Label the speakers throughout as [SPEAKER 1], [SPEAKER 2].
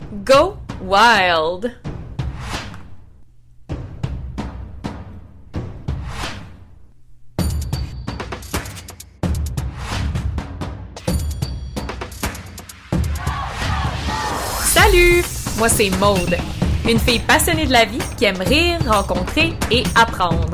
[SPEAKER 1] Go Wild! Salut! Moi c'est Maude, une fille passionnée de la vie qui aime rire, rencontrer et apprendre.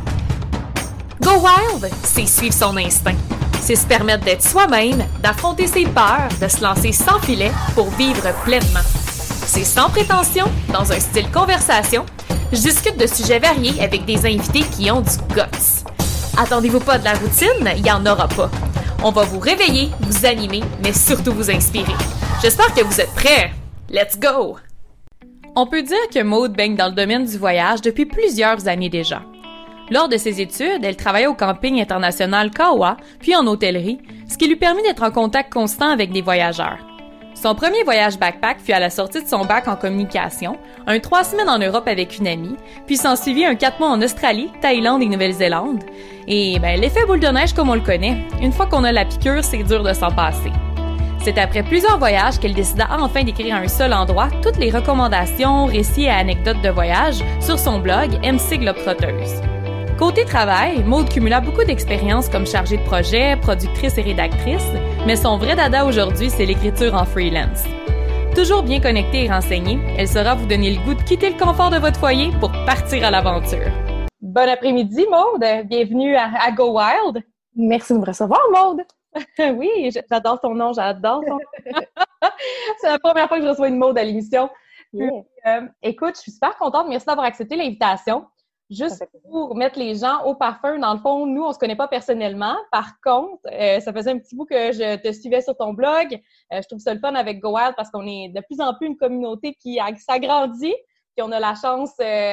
[SPEAKER 1] Go Wild, c'est suivre son instinct. C'est se permettre d'être soi-même, d'affronter ses peurs, de se lancer sans filet pour vivre pleinement. C'est sans prétention, dans un style conversation. Je discute de sujets variés avec des invités qui ont du guts. Attendez-vous pas de la routine, il n'y en aura pas. On va vous réveiller, vous animer, mais surtout vous inspirer. J'espère que vous êtes prêts. Let's go! On peut dire que Maude baigne dans le domaine du voyage depuis plusieurs années déjà. Lors de ses études, elle travaillait au camping international Kawa, puis en hôtellerie, ce qui lui permit d'être en contact constant avec des voyageurs. Son premier voyage backpack fut à la sortie de son bac en communication, un 3 semaines en Europe avec une amie, puis s'ensuivit un 4 mois en Australie, Thaïlande et Nouvelle-Zélande. Et l'effet boule de neige comme on le connaît, une fois qu'on a la piqûre, c'est dur de s'en passer. C'est après plusieurs voyages qu'elle décida enfin d'écrire à un seul endroit toutes les recommandations, récits et anecdotes de voyage sur son blog MC Globetrotteuse. Côté travail, Maude cumula beaucoup d'expériences comme chargée de projet, productrice et rédactrice, mais son vrai dada aujourd'hui, c'est l'écriture en freelance. Toujours bien connectée et renseignée, elle saura vous donner le goût de quitter le confort de votre foyer pour partir à l'aventure. Bon après-midi, Maude! Bienvenue à Go Wild!
[SPEAKER 2] Merci de me recevoir, Maude!
[SPEAKER 1] Oui, j'adore ton nom, j'adore ton nom. C'est la première fois que je reçois une Maude à l'émission. Yeah. Écoute, je suis super contente. Merci d'avoir accepté l'invitation. Juste pour mettre les gens au parfum, dans le fond, nous, on se connaît pas personnellement. Par contre, ça faisait un petit bout que je te suivais sur ton blog. Je trouve ça le fun avec Go Wild parce qu'on est de plus en plus une communauté qui s'agrandit. Puis on a la chance,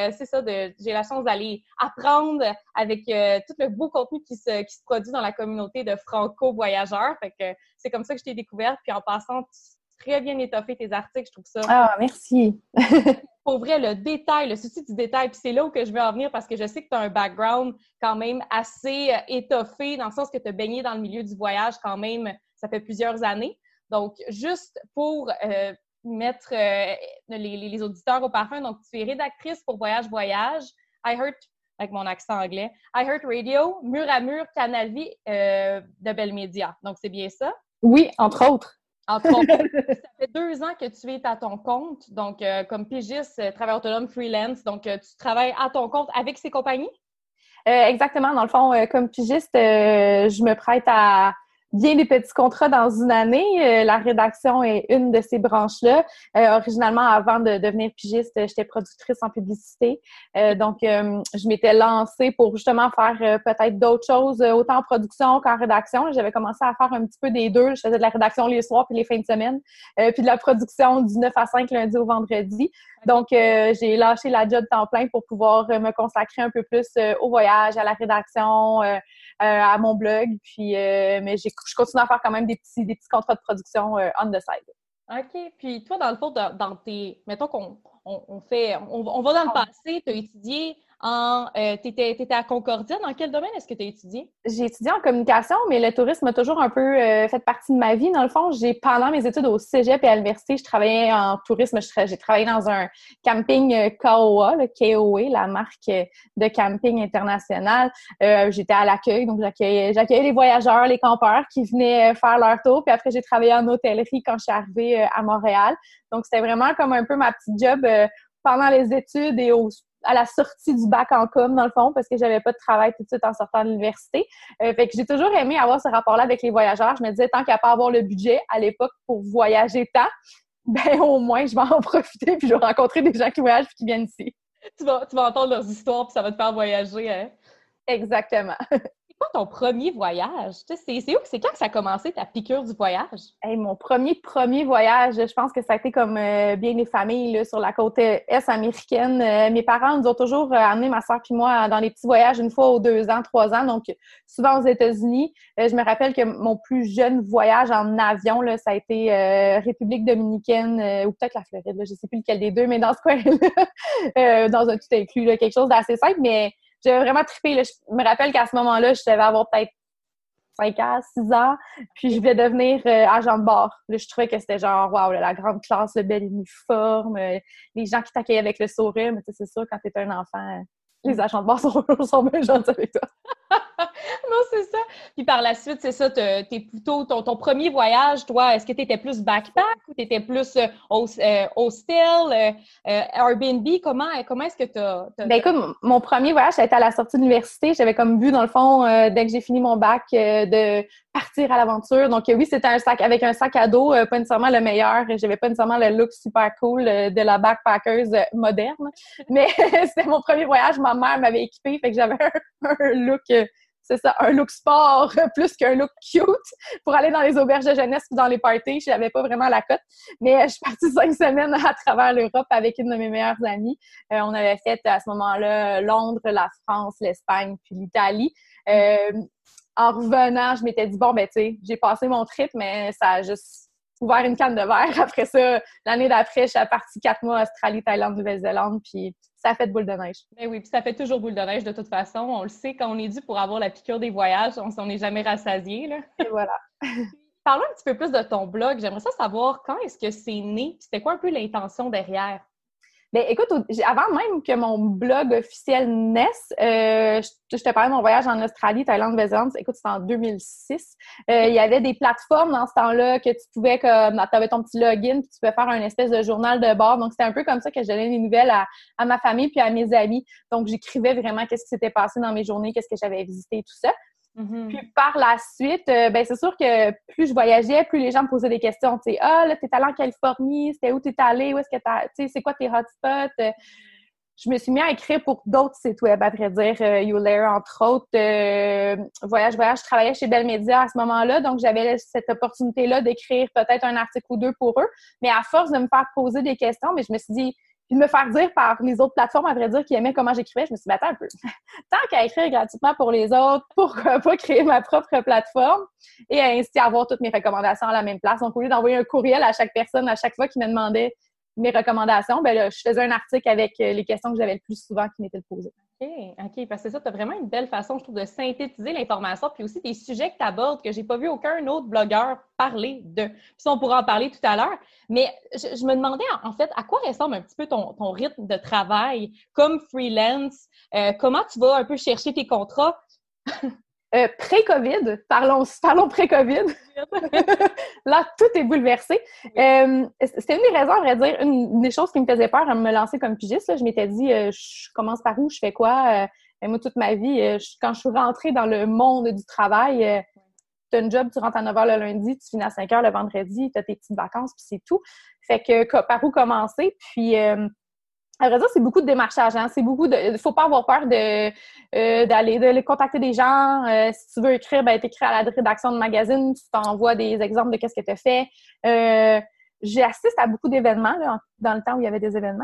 [SPEAKER 1] j'ai la chance d'aller apprendre avec tout le beau contenu qui se produit dans la communauté de franco-voyageurs. Fait que c'est comme ça que je t'ai découverte. Puis en passant, très bien étoffé tes articles, je trouve ça.
[SPEAKER 2] Ah, merci!
[SPEAKER 1] Pour vrai, le souci du détail, puis c'est là où que je veux en venir parce que je sais que tu as un background quand même assez étoffé, dans le sens que tu as baigné dans le milieu du voyage quand même, ça fait plusieurs années. Donc, juste pour mettre les auditeurs au parfum, donc tu es rédactrice pour Voyage, avec mon accent anglais, iHeart Radio, Mur à Mur, Canal Vie de Bell Media. Donc, c'est bien ça?
[SPEAKER 2] Oui, entre autres.
[SPEAKER 1] Entre autres, ça fait 2 ans que tu es à ton compte, donc comme pigiste, travailleur autonome, freelance. Donc, tu travailles à ton compte avec ces compagnies?
[SPEAKER 2] Exactement. Dans le fond, comme pigiste, je me prête à bien des petits contrats dans une année. La rédaction est une de ces branches-là. Originalement, avant de devenir pigiste, j'étais productrice en publicité. Donc, je m'étais lancée pour justement faire peut-être d'autres choses, autant en production qu'en rédaction. J'avais commencé à faire un petit peu des deux. Je faisais de la rédaction les soirs puis les fins de semaine, puis de la production du 9 à 5 lundi au vendredi. Donc, j'ai lâché la job temps plein pour pouvoir me consacrer un peu plus au voyage, à la rédaction, à mon blog. Puis, mais je continue à faire quand même des petits contrats de production on the side.
[SPEAKER 1] OK. Puis toi, dans le fond, dans tes... Mettons qu'on on va dans le passé, tu as étudié t'étais à Concordia. Dans quel domaine est-ce que tu as étudié?
[SPEAKER 2] J'ai étudié en communication, mais le tourisme a toujours un peu fait partie de ma vie. Dans le fond, pendant mes études au cégep et à l'université, je travaillais en tourisme. J'ai travaillé dans un camping KOA, le KOA, la marque de camping international. J'étais à l'accueil, donc j'accueillais les voyageurs, les campeurs qui venaient faire leur tour. Puis après, j'ai travaillé en hôtellerie quand je suis arrivée à Montréal. Donc, c'était vraiment comme un peu ma petite job pendant les études et à la sortie du bac en com, dans le fond, parce que j'avais pas de travail tout de suite en sortant de l'université. Fait que j'ai toujours aimé avoir ce rapport-là avec les voyageurs. Je me disais, tant qu'à pas avoir le budget à l'époque pour voyager tant, ben au moins, je vais en profiter puis je vais rencontrer des gens qui voyagent puis qui viennent ici.
[SPEAKER 1] Tu vas entendre leurs histoires puis ça va te faire voyager, hein?
[SPEAKER 2] Exactement.
[SPEAKER 1] C'est quoi ton premier voyage? C'est quand que ça a commencé ta piqûre du voyage?
[SPEAKER 2] Hey, mon premier voyage, je pense que ça a été comme bien des familles là, sur la côte est américaine. Mes parents nous ont toujours amené, ma soeur puis moi, dans les petits voyages une fois aux 2 ans, 3 ans, donc souvent aux États-Unis. Je me rappelle que mon plus jeune voyage en avion, là, ça a été République dominicaine ou peut-être la Floride, là, je sais plus lequel des deux, mais dans ce coin-là, dans un tout inclus, là, quelque chose d'assez simple, mais j'ai vraiment trippé. Là. Je me rappelle qu'à ce moment-là, je devais avoir peut-être 5 ans, 6 ans, puis je voulais devenir agent de bar. Là, je trouvais que c'était genre, waouh, la grande classe, le bel uniforme, les gens qui t'accueillent avec le sourire, mais tu sais, c'est sûr, quand t'es un enfant, les agents de bar sont bien gentils avec toi.
[SPEAKER 3] Non, c'est ça. Puis par la suite, c'est ça, t'es plutôt ton premier voyage, toi, est-ce que tu étais plus backpack ou tu étais plus hostel, Airbnb? Comment est-ce que
[SPEAKER 2] Ben écoute, mon premier voyage, ça a été à la sortie de l'université. J'avais comme vu, dans le fond, dès que j'ai fini mon bac, de partir à l'aventure. Donc oui, c'était un sac avec un sac à dos, pas nécessairement le meilleur. J'avais pas nécessairement le look super cool de la backpackers moderne. Mais c'était mon premier voyage. Ma mère m'avait équipée, fait que j'avais un look... c'est ça, un look sport plus qu'un look cute pour aller dans les auberges de jeunesse ou dans les parties. Je n'avais pas vraiment la cote. Mais je suis partie 5 semaines à travers l'Europe avec une de mes meilleures amies. On avait fait à ce moment-là Londres, la France, l'Espagne, puis l'Italie. En revenant, je m'étais dit, bon, ben tu sais, j'ai passé mon trip, mais ça a juste ouvert une canne de verre. Après ça, l'année d'après, je suis partie 4 mois Australie, Thaïlande, Nouvelle-Zélande, puis ça a fait boule de neige.
[SPEAKER 3] Ben oui, puis ça fait toujours boule de neige de toute façon. On le sait, quand on est dû pour avoir la piqûre des voyages, on n'est jamais rassasié, là.
[SPEAKER 2] Et voilà.
[SPEAKER 3] Parlons un petit peu plus de ton blog. J'aimerais ça savoir quand est-ce que c'est né, puis c'était quoi un peu l'intention derrière?
[SPEAKER 2] Ben écoute, avant même que mon blog officiel naisse, je te parlais de mon voyage en Australie, Thaïlande, Nouvelle-Zélande. Écoute, c'était en 2006. Il y avait des plateformes dans ce temps-là que tu pouvais, comme, tu avais ton petit login, puis tu pouvais faire un espèce de journal de bord. Donc, c'était un peu comme ça que je donnais des nouvelles à ma famille puis à mes amis. Donc, j'écrivais vraiment qu'est-ce qui s'était passé dans mes journées, qu'est-ce que j'avais visité, tout ça. Mm-hmm. Puis par la suite, ben c'est sûr que plus je voyageais, plus les gens me posaient des questions. Tu sais, là, t'es allé en Californie, c'était où t'es allé, où est-ce que tu sais, c'est quoi tes hotspots? Je me suis mis à écrire pour d'autres sites web, à vrai dire, YouLayer, entre autres. Voyage, je travaillais chez Bell Media à ce moment-là, donc j'avais cette opportunité-là d'écrire peut-être un article ou deux pour eux. Mais à force de me faire poser des questions, mais je me suis dit, puis de me faire dire par les autres plateformes, à vrai dire, qui aimaient comment j'écrivais, je me suis dit, attends un peu. Tant qu'à écrire gratuitement pour les autres, pourquoi pas créer ma propre plateforme et ainsi avoir toutes mes recommandations à la même place. Donc, au lieu d'envoyer un courriel à chaque personne à chaque fois qui me demandait mes recommandations, ben là, je faisais un article avec les questions que j'avais le plus souvent qui m'étaient posées.
[SPEAKER 3] OK, parce que ça, tu as vraiment une belle façon, je trouve, de synthétiser l'information, puis aussi des sujets que tu abordes que j'ai pas vu aucun autre blogueur parler de. Puis ça, on pourra en parler tout à l'heure. Mais je me demandais, en fait, à quoi ressemble un petit peu ton rythme de travail comme freelance? Comment tu vas un peu chercher tes contrats?
[SPEAKER 2] Pré-COVID, parlons pré-COVID. Là, tout est bouleversé. C'était une des raisons, à vrai dire, une des choses qui me faisait peur à me lancer comme pigiste. Là. Je m'étais dit, je commence par où, je fais quoi? Moi, toute ma vie, quand je suis rentrée dans le monde du travail, tu as une job, tu rentres à 9h le lundi, tu finis à 5h le vendredi, tu as tes petites vacances, puis c'est tout. Fait que par où commencer? Puis... à vrai dire, c'est beaucoup de démarchage. Hein? C'est beaucoup de. Il faut pas avoir peur d'aller contacter des gens. Si tu veux écrire, ben t'écris à la rédaction de magazine, tu t'envoies des exemples de qu'est-ce que tu as fait. J'ai assisté à beaucoup d'événements là, dans le temps où il y avait des événements.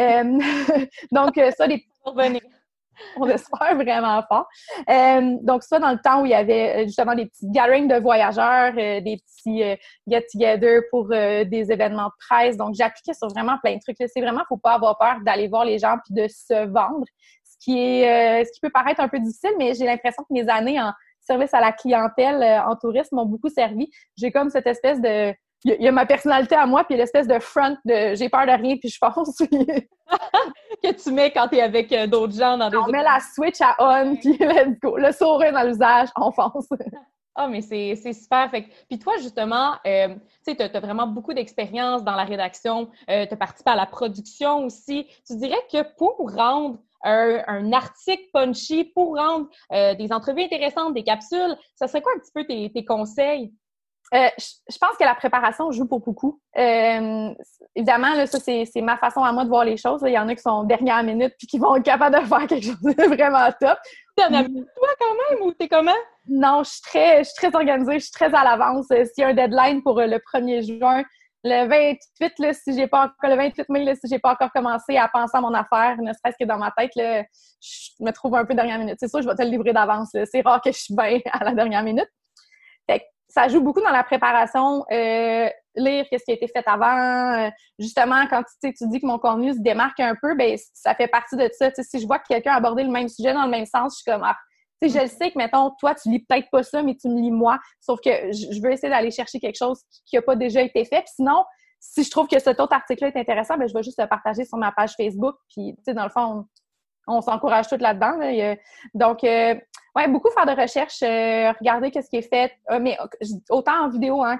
[SPEAKER 2] Donc, ça, les on espère vraiment fort. Donc, ça, dans le temps où il y avait justement des petits gatherings de voyageurs, des petits get-together pour des événements de presse. Donc, j'appliquais sur vraiment plein de trucs. Là. C'est vraiment, faut pas avoir peur d'aller voir les gens puis de se vendre, ce qui peut paraître un peu difficile, mais j'ai l'impression que mes années en service à la clientèle en tourisme m'ont beaucoup servi. J'ai comme cette espèce de... Il y a ma personnalité à moi, puis l'espèce de front de j'ai peur de rien, puis je fonce.
[SPEAKER 3] Que tu mets quand tu es avec d'autres gens dans des...
[SPEAKER 2] On met la switch à on, puis let's go. Le sourire dans le visage, on fonce.
[SPEAKER 3] Ah, mais c'est super. Fait que, puis toi, justement, tu sais, tu as vraiment beaucoup d'expérience dans la rédaction. Tu as participé à la production aussi. Tu dirais que pour rendre un article punchy, pour rendre des entrevues intéressantes, des capsules, ça serait quoi un petit peu tes conseils?
[SPEAKER 2] Je pense que la préparation joue pour beaucoup. Évidemment, là, ça, c'est ma façon à moi de voir les choses. Là. Il y en a qui sont dernière minute puis qui vont être capables de faire quelque chose de vraiment top.
[SPEAKER 3] T'en as vu toi quand même ou t'es comment?
[SPEAKER 2] Non, je suis très organisée, je suis très à l'avance. S'il y a un deadline pour le 1er juin, le 28, là, le 28 mai, là, si j'ai pas encore commencé à penser à mon affaire, ne serait-ce que dans ma tête, là, je me trouve un peu dernière minute. C'est sûr, je vais te le livrer d'avance. Là. C'est rare que je suis bien à la dernière minute. Fait que ça joue beaucoup dans la préparation, lire qu'est-ce qui a été fait avant. Justement, quand tu dis que mon contenu se démarque un peu, ben ça fait partie de ça. T'sais, si je vois que quelqu'un a abordé le même sujet dans le même sens, je suis comme Tu sais, je le sais que, mettons, toi, tu lis peut-être pas ça, mais tu me lis moi. Sauf que je veux essayer d'aller chercher quelque chose qui a pas déjà été fait. Puis sinon, si je trouve que cet autre article-là est intéressant, ben je vais juste le partager sur ma page Facebook. Puis, tu sais, dans le fond, on s'encourage toutes là-dedans. Là. Donc, ouais, beaucoup faire de recherches, regarder qu'est-ce qui est fait. Mais autant en vidéo, hein,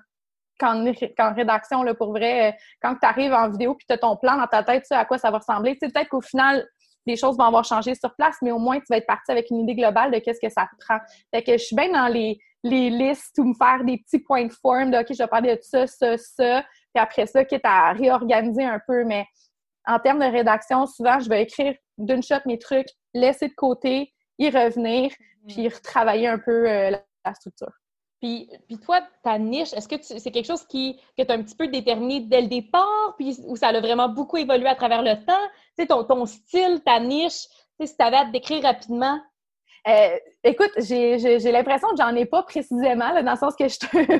[SPEAKER 2] qu'en rédaction, là, pour vrai, quand tu arrives en vidéo puis tu as ton plan dans ta tête, tu sais à quoi ça va ressembler. Tu sais, peut-être qu'au final, les choses vont avoir changé sur place, mais au moins, tu vas être parti avec une idée globale de qu'est-ce que ça te prend. Fait que je suis bien dans les listes ou me faire des petits points de forme de « OK, je vais parler de ça, ça, ça », puis après ça, quitte à réorganiser un peu. Mais en termes de rédaction, souvent, je vais écrire d'une shot mes trucs, laisser de côté, y revenir, puis retravailler un peu la structure.
[SPEAKER 3] Puis toi, ta niche, est-ce que c'est quelque chose que tu as un petit peu déterminé dès le départ, puis où ça a vraiment beaucoup évolué à travers le temps? Tu sais, ton style, ta niche, tu sais, si tu avais à te décrire rapidement.
[SPEAKER 2] Écoute, j'ai l'impression que j'en ai pas précisément, là, dans le sens que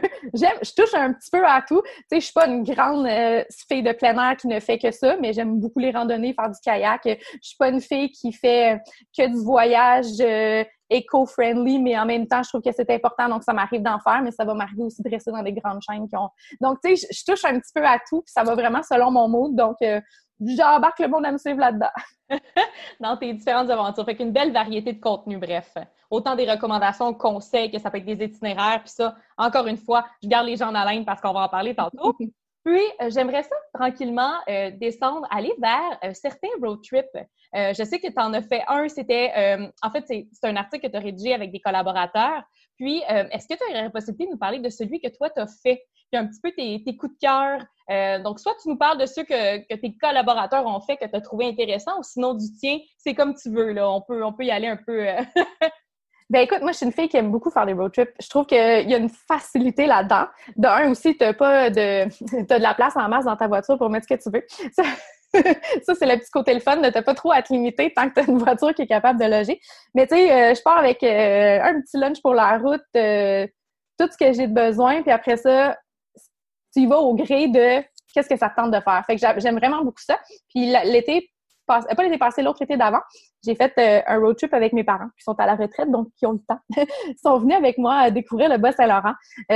[SPEAKER 2] je touche un petit peu à tout. Tu sais, je suis pas une grande fille de plein air qui ne fait que ça, mais j'aime beaucoup les randonnées, faire du kayak. Je suis pas une fille qui fait que du voyage éco-friendly, mais en même temps, je trouve que c'est important, donc ça m'arrive d'en faire, mais ça va m'arriver aussi de rester dans des grandes chaînes qui ont... Donc, tu sais, je touche un petit peu à tout, puis ça va vraiment selon mon mood, donc j'embarque le monde à me suivre là-dedans.
[SPEAKER 3] Dans tes différentes aventures. Fait qu'une belle variété de contenu, bref. Autant des recommandations, conseils, que ça peut être des itinéraires, puis ça, encore une fois, je garde les gens en haleine parce qu'on va en parler tantôt. Puis, j'aimerais ça tranquillement descendre, aller vers certains road trips. Je sais que tu en as fait un, c'était... en fait, c'est un article que tu as rédigé avec des collaborateurs. Puis, est-ce que tu aurais la possibilité de nous parler de celui que toi, tu as fait? Puis un petit peu tes coups de cœur. Donc, soit tu nous parles de ceux que tes collaborateurs ont fait, que tu as trouvé intéressant, ou sinon du tien, c'est comme tu veux, là. On peut y aller un peu...
[SPEAKER 2] Ben écoute, moi, je suis une fille qui aime beaucoup faire des road trips. Je trouve qu'il y a une facilité là-dedans. D'un aussi, t'as de la place en masse dans ta voiture pour mettre ce que tu veux. Ça, c'est le petit côté le fun. T'as pas trop à te limiter tant que t'as une voiture qui est capable de loger. Mais tu sais, je pars avec un petit lunch pour la route, tout ce que j'ai de besoin, puis après ça, tu y vas au gré de qu'est-ce que ça te tente de faire. Fait que j'aime vraiment beaucoup ça. Puis l'été, pas l'été passé, l'autre été d'avant, j'ai fait un road trip avec mes parents qui sont à la retraite, donc qui ont le temps. Ils sont venus avec moi découvrir le Bas-Saint-Laurent.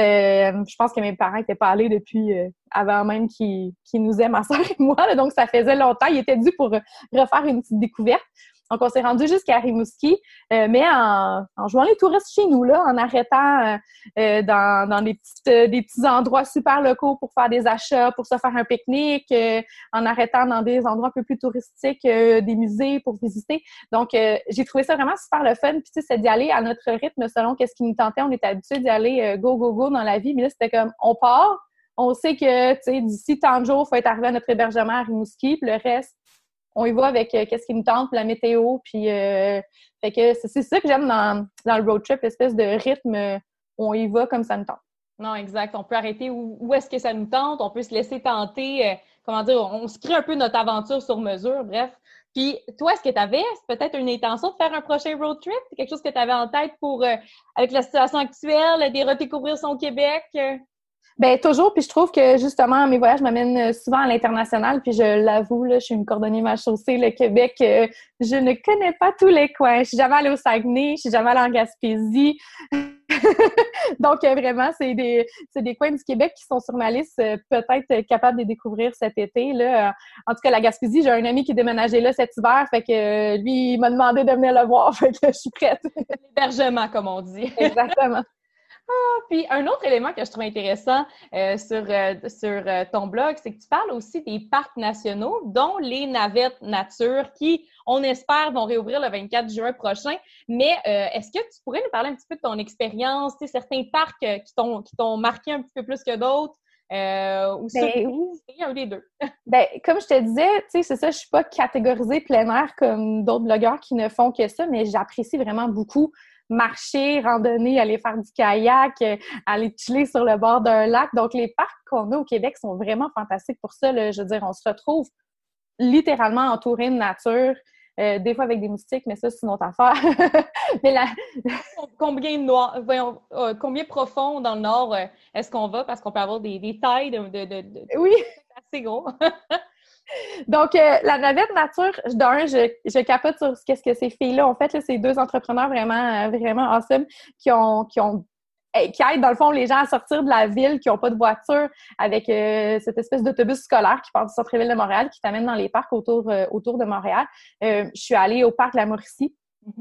[SPEAKER 2] Je pense que mes parents n'étaient pas allés depuis avant même qu'ils nous aient, ma soeur et moi. Là, donc, ça faisait longtemps. Ils étaient dû pour refaire une petite découverte. Donc, on s'est rendu jusqu'à Rimouski, mais en jouant les touristes chez nous, là, en arrêtant dans des petits endroits super locaux pour faire des achats, pour se faire un pique-nique, en arrêtant dans des endroits un peu plus touristiques, des musées pour visiter. Donc, j'ai trouvé ça vraiment super le fun. Puis, tu sais, c'est d'y aller à notre rythme selon qu'est-ce qui nous tentait. On était habitués d'y aller go, go, go dans la vie. Mais là, c'était comme, on part, on sait que, tu sais, d'ici tant de jours, il faut être arrivé à notre hébergement à Rimouski. Puis le reste, on y va avec qu'est-ce qui nous tente, la météo, puis fait que c'est ça que j'aime dans le road trip, l'espèce de rythme, on y va comme ça nous tente.
[SPEAKER 3] Non, exact. On peut arrêter où est-ce que ça nous tente, on peut se laisser tenter, on se crée un peu notre aventure sur mesure, bref. Puis toi, est-ce que tu avais peut-être une intention de faire un prochain road trip? C'est quelque chose que tu avais en tête pour, avec la situation actuelle, des redécouvrir son Québec?
[SPEAKER 2] Ben toujours, puis je trouve que justement mes voyages m'amènent souvent à l'international, puis je l'avoue, là, je suis une cordonnier mal chaussée, le Québec, je ne connais pas tous les coins. Je suis jamais allée au Saguenay, je suis jamais allée en Gaspésie. Donc vraiment, c'est des coins du Québec qui sont sur ma liste, peut-être capables de découvrir cet été. Là. En tout cas, la Gaspésie, j'ai un ami qui est déménagé là cet hiver, fait que lui, il m'a demandé de venir le voir, fait que je suis prête.
[SPEAKER 3] L'hébergement, comme on dit.
[SPEAKER 2] Exactement.
[SPEAKER 3] Puis un autre élément que je trouve intéressant sur ton blog, c'est que tu parles aussi des parcs nationaux, dont les navettes nature, qui, on espère, vont réouvrir le 24 juin prochain. Mais est-ce que tu pourrais nous parler un petit peu de ton expérience, certains parcs qui t'ont marqué un petit peu plus que d'autres? Ou c'est un des deux.
[SPEAKER 2] Ben, comme je te disais, tu sais, c'est ça, je suis pas catégorisée plein air comme d'autres blogueurs qui ne font que ça, mais j'apprécie vraiment beaucoup marcher, randonner, aller faire du kayak, aller chiller sur le bord d'un lac. Donc, les parcs qu'on a au Québec sont vraiment fantastiques pour ça. Là. Je veux dire, on se retrouve littéralement entouré de nature, des fois avec des moustiques, mais ça, c'est une autre affaire. Mais
[SPEAKER 3] combien profond dans le nord est-ce qu'on va? Parce qu'on peut avoir des tailles
[SPEAKER 2] Oui!
[SPEAKER 3] C'est assez gros.
[SPEAKER 2] Donc, la navette nature, je capote sur ce que ces filles-là ont fait. Là, ces deux entrepreneurs vraiment, vraiment awesome qui aident, dans le fond, les gens à sortir de la ville, qui n'ont pas de voiture, avec cette espèce d'autobus scolaire qui part du centre-ville de Montréal, qui t'amène dans les parcs autour de Montréal. Je suis allée au parc La Mauricie.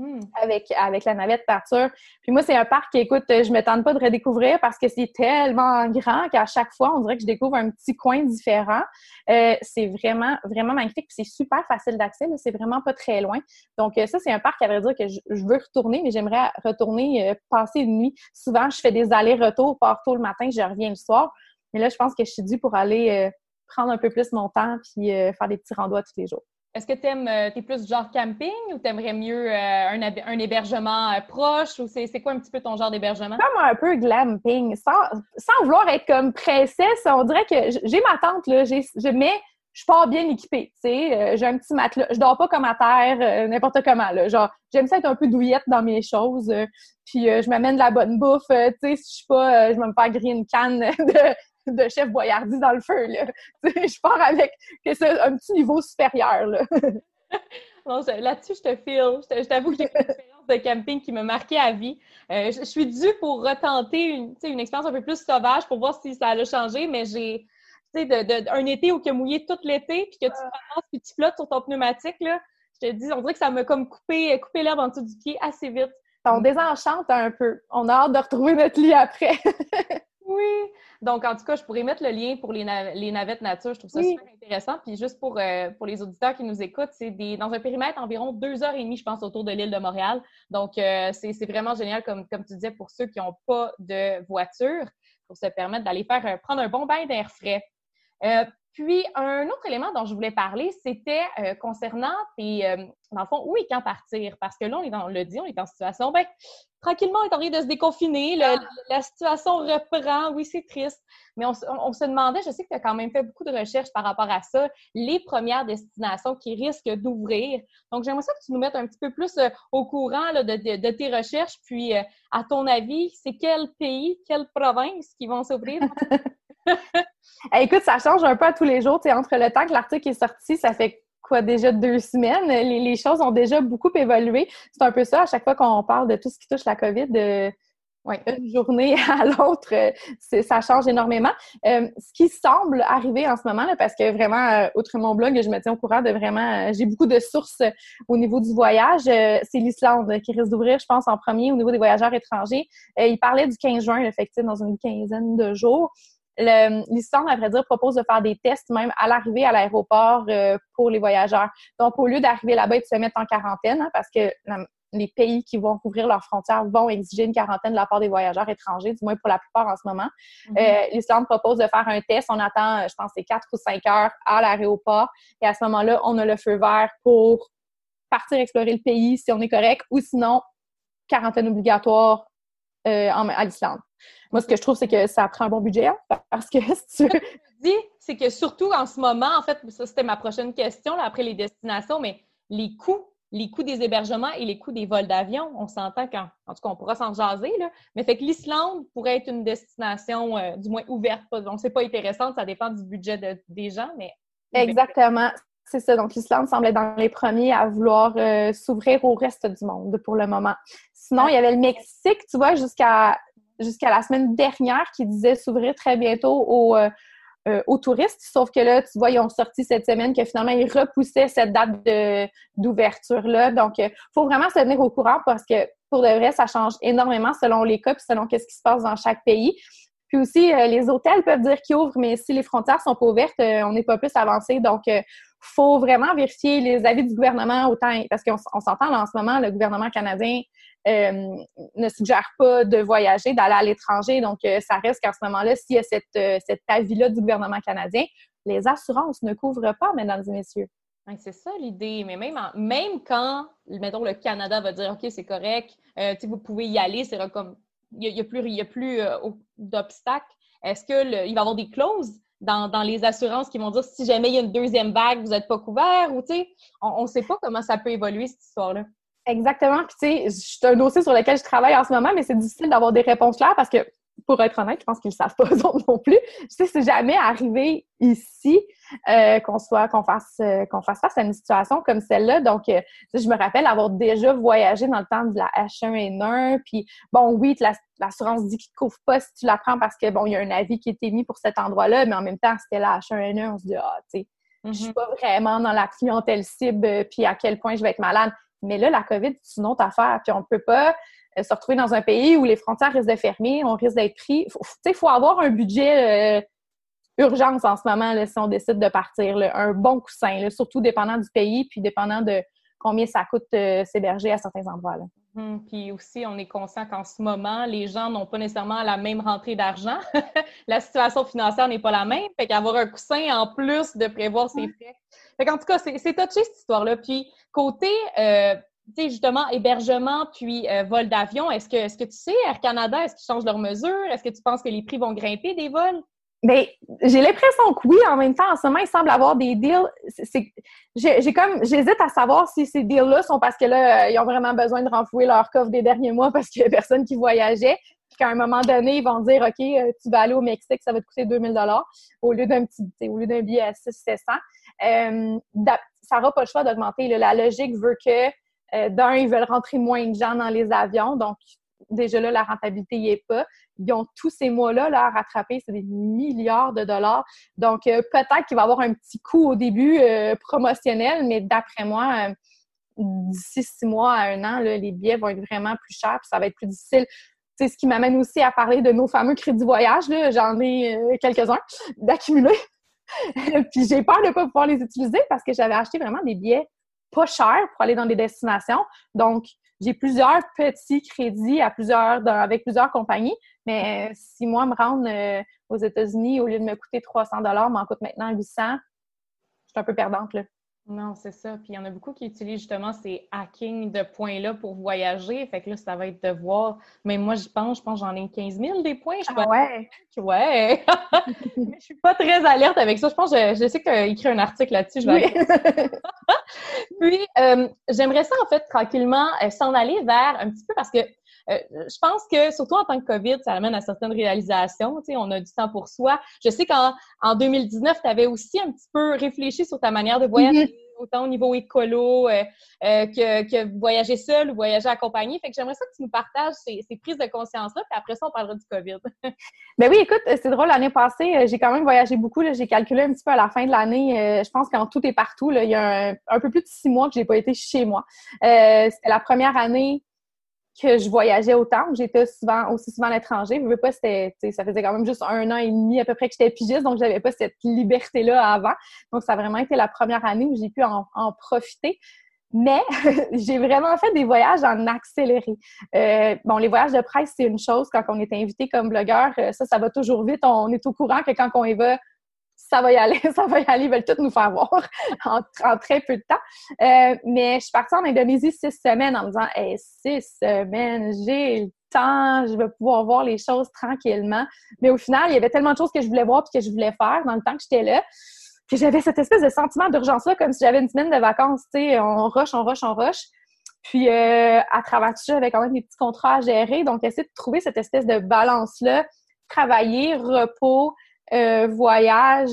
[SPEAKER 2] Avec la navette nature. Puis moi, c'est un parc, écoute, je me tente pas de redécouvrir parce que c'est tellement grand qu'à chaque fois, on dirait que je découvre un petit coin différent. C'est vraiment, vraiment magnifique. Puis c'est super facile d'accès. Là. C'est vraiment pas très loin. Donc ça, c'est un parc, à vrai dire, que je veux retourner, mais j'aimerais retourner passer une nuit. Souvent, je fais des allers-retours, pars tôt le matin, je reviens le soir. Mais là, je pense que je suis due pour aller prendre un peu plus mon temps puis faire des petits randos tous les jours.
[SPEAKER 3] Est-ce que t'es plus genre camping ou t'aimerais mieux un hébergement proche ou c'est quoi un petit peu ton genre d'hébergement?
[SPEAKER 2] Comme un peu glamping, sans vouloir être comme princesse, on dirait que j'ai ma tente, là, mais je pars bien équipée, tu sais, j'ai un petit matelas, je dors pas comme à terre, n'importe comment, là, genre, j'aime ça être un peu douillette dans mes choses, puis je m'amène de la bonne bouffe, tu sais, si je suis pas, je vais me faire griller une canne de chef Boyardie dans le feu, là. Je pars avec un petit niveau supérieur, là.
[SPEAKER 3] Bon, là-dessus, je te file. Je t'avoue que j'ai une expérience de camping qui m'a marqué à vie. Je suis due pour retenter une expérience un peu plus sauvage pour voir si ça allait changer, mais j'ai, un été où il a mouillé tout l'été, puis que tu passes puis tu flottes sur ton pneumatique, là, je te dis, on dirait que ça m'a comme coupé l'herbe en dessous du pied assez vite.
[SPEAKER 2] On désenchante un peu. On a hâte de retrouver notre lit après.
[SPEAKER 3] Oui! Donc, en tout cas, je pourrais mettre le lien pour les navettes nature. Je trouve ça super intéressant. Puis juste pour les auditeurs qui nous écoutent, c'est dans un périmètre environ 2h30, je pense, autour de l'île de Montréal. Donc, c'est vraiment génial, comme tu disais, pour ceux qui n'ont pas de voiture, pour se permettre d'aller prendre un bon bain d'air frais. Puis, un autre élément dont je voulais parler, c'était concernant dans le fond, où et quand partir. Parce que là, on est en situation, tranquillement, on est en train de se déconfiner. La situation reprend. Oui, c'est triste. Mais on se demandait, je sais que tu as quand même fait beaucoup de recherches par rapport à ça, les premières destinations qui risquent d'ouvrir. Donc, j'aimerais ça que tu nous mettes un petit peu plus au courant là, de tes recherches. Puis, à ton avis, c'est quel pays, quelle province qui vont s'ouvrir?
[SPEAKER 2] Écoute, ça change un peu à tous les jours. T'sais, entre le temps que l'article est sorti, ça fait quoi, déjà 2 semaines? Les choses ont déjà beaucoup évolué. C'est un peu ça, à chaque fois qu'on parle de tout ce qui touche la COVID, une journée à l'autre, ça change énormément. Ce qui semble arriver en ce moment, là, parce que vraiment, outre mon blog, je me tiens au courant de vraiment... j'ai beaucoup de sources au niveau du voyage. C'est l'Islande qui risque d'ouvrir, je pense, en premier au niveau des voyageurs étrangers. Il parlait du 15 juin, effectivement, dans une quinzaine de jours. L'Islande, à vrai dire, propose de faire des tests même à l'arrivée à l'aéroport pour les voyageurs. Donc, au lieu d'arriver là-bas et de se mettre en quarantaine, parce que les pays qui vont ouvrir leurs frontières vont exiger une quarantaine de la part des voyageurs étrangers, du moins pour la plupart en ce moment. L'Islande propose de faire un test. On attend, je pense, c'est 4 ou 5 heures à l'aéroport. Et à ce moment-là, on a le feu vert pour partir explorer le pays si on est correct, ou sinon, quarantaine obligatoire à l'Islande. Moi, ce que je trouve, c'est que ça prend un bon budget, hein, parce que si tu
[SPEAKER 3] dis, c'est que surtout en ce moment, en fait, ça c'était ma prochaine question, là, après les destinations, mais les coûts des hébergements et les coûts des vols d'avion, on s'entend en tout cas, on pourra s'en jaser, là, mais fait que l'Islande pourrait être une destination, du moins ouverte, donc c'est pas intéressant, ça dépend du budget des gens, mais...
[SPEAKER 2] Exactement. C'est ça. Donc, l'Islande semble être dans les premiers à vouloir s'ouvrir au reste du monde pour le moment. Sinon, il y avait le Mexique, tu vois, jusqu'à la semaine dernière, qui disait s'ouvrir très bientôt aux touristes. Sauf que là, tu vois, ils ont sorti cette semaine que finalement, ils repoussaient cette date d'ouverture-là. Donc, il faut vraiment se tenir au courant parce que, pour de vrai, ça change énormément selon les cas puis selon ce qui se passe dans chaque pays. Puis aussi, les hôtels peuvent dire qu'ils ouvrent, mais si les frontières sont pas ouvertes, on n'est pas plus avancé. Donc, faut vraiment vérifier les avis du gouvernement autant, parce qu'on s'entend là, en ce moment, le gouvernement canadien ne suggère pas de voyager, d'aller à l'étranger. Donc, ça reste qu'en ce moment-là, s'il y a cet avis-là du gouvernement canadien, les assurances ne couvrent pas, mesdames et messieurs.
[SPEAKER 3] C'est ça l'idée, mais même quand, mettons, le Canada va dire « OK, c'est correct, vous pouvez y aller », c'est comme il n'y a plus d'obstacles. Est-ce qu'il va y avoir des clauses dans les assurances qui vont dire si jamais il y a une deuxième vague, vous n'êtes pas couvert ou on ne sait pas comment ça peut évoluer cette histoire-là.
[SPEAKER 2] Exactement. Puis c'est un dossier sur lequel je travaille en ce moment, mais c'est difficile d'avoir des réponses claires parce que pour être honnête, je pense qu'ils ne savent pas eux autres non plus. Je sais, c'est jamais arrivé ici qu'on fasse face à une situation comme celle-là. Donc, je me rappelle avoir déjà voyagé dans le temps de la H1N1. Puis, bon, oui, l'assurance dit qu'il ne te couvre pas si tu la prends parce que, bon, il y a un avis qui a été mis pour cet endroit-là, mais en même temps, c'était la H1N1. On se dit, tu sais, je suis pas vraiment dans la clientèle cible, puis à quel point je vais être malade. Mais là, la COVID, c'est une autre affaire. Puis, on ne peut pas se retrouver dans un pays où les frontières risquent de fermer, on risque d'être pris. Il faut avoir un budget urgence en ce moment là, si on décide de partir. Là, un bon coussin, là, surtout dépendant du pays puis dépendant de combien ça coûte s'héberger à certains endroits. Là.
[SPEAKER 3] Puis aussi, on est conscient qu'en ce moment, les gens n'ont pas nécessairement la même rentrée d'argent. La situation financière n'est pas la même. Fait qu'avoir un coussin en plus de prévoir ses frais. Fait qu'en tout cas, c'est touché cette histoire-là. Puis côté... tu sais, justement, hébergement puis vol d'avion, est-ce que tu sais, Air Canada, est-ce qu'ils changent leurs mesures? Est-ce que tu penses que les prix vont grimper des vols?
[SPEAKER 2] Bien, j'ai l'impression que oui. En même temps, en ce moment, il semble avoir des deals. J'hésite à savoir si ces deals-là sont parce que là, ils ont vraiment besoin de renflouer leur coffre des derniers mois parce qu'il y a personne qui voyageait. Puis qu'à un moment donné, ils vont dire, OK, tu vas aller au Mexique, ça va te coûter 2000 $ au lieu d'un billet à 600-700. Ça n'aura pas le choix d'augmenter. Là. La logique veut que ils veulent rentrer moins de gens dans les avions, donc déjà là, la rentabilité n'y est pas. Ils ont tous ces mois-là là, à rattraper, c'est des milliards de dollars. Donc, peut-être qu'il va y avoir un petit coup au début promotionnel, mais d'après moi, d'ici 6 mois à 1 an, là, les billets vont être vraiment plus chers, puis ça va être plus difficile. C'est ce qui m'amène aussi à parler de nos fameux crédits voyage. Là. J'en ai quelques-uns d'accumuler. Puis j'ai peur de ne pas pouvoir les utiliser parce que j'avais acheté vraiment des billets pas cher pour aller dans des destinations. Donc, j'ai plusieurs petits crédits avec plusieurs compagnies. Mais si moi, me rendre aux États-Unis, au lieu de me coûter 300 $, m'en coûte maintenant 800, je suis un peu perdante, là.
[SPEAKER 3] Non, c'est ça. Puis il y en a beaucoup qui utilisent justement ces hackings de points-là pour voyager. Fait que là, ça va être de voir. Mais moi, je pense que j'en ai 15 000 des points.
[SPEAKER 2] Ouais.
[SPEAKER 3] Ouais. Mais je suis pas très alerte avec ça. Je pense que je sais que tu as écrit un article là-dessus. Je vais aller. Puis, j'aimerais ça, en fait, tranquillement, s'en aller vers un petit peu parce que je pense que, surtout en tant que COVID, ça amène à certaines réalisations. Tu sais, on a du temps pour soi. Je sais qu'en 2019, tu avais aussi un petit peu réfléchi sur ta manière de voyager, autant au niveau écolo que voyager seul ou voyager accompagné. Fait que j'aimerais ça que tu nous partages ces prises de conscience-là, puis après ça, on parlera du COVID.
[SPEAKER 2] Ben oui, écoute, c'est drôle, l'année passée, j'ai quand même voyagé beaucoup. Là, j'ai calculé un petit peu à la fin de l'année. Je pense qu'en tout et partout, là, il y a un peu plus de 6 mois que j'ai pas été chez moi. C'était la première année que je voyageais autant. J'étais aussi souvent à l'étranger. Je veux pas, ça faisait quand même juste 1 an et demi à peu près que j'étais pigiste, donc j'avais pas cette liberté-là avant. Donc, ça a vraiment été la première année où j'ai pu en profiter. Mais j'ai vraiment fait des voyages en accéléré. Les voyages de presse, c'est une chose. Quand on est invité comme blogueur, ça va toujours vite. On est au courant que quand on y va, ça va y aller, ils veulent tout nous faire voir en très peu de temps. Mais je suis partie en Indonésie 6 semaines en me disant hey, 6 semaines, j'ai le temps, je vais pouvoir voir les choses tranquillement. Mais au final, il y avait tellement de choses que je voulais voir et que je voulais faire dans le temps que j'étais là, que j'avais cette espèce de sentiment d'urgence-là, comme si j'avais une semaine de vacances, tu sais, on rush. Puis, à travers tout ça, j'avais quand même des petits contrats à gérer. Donc, essayer de trouver cette espèce de balance-là, travailler, repos, voyage,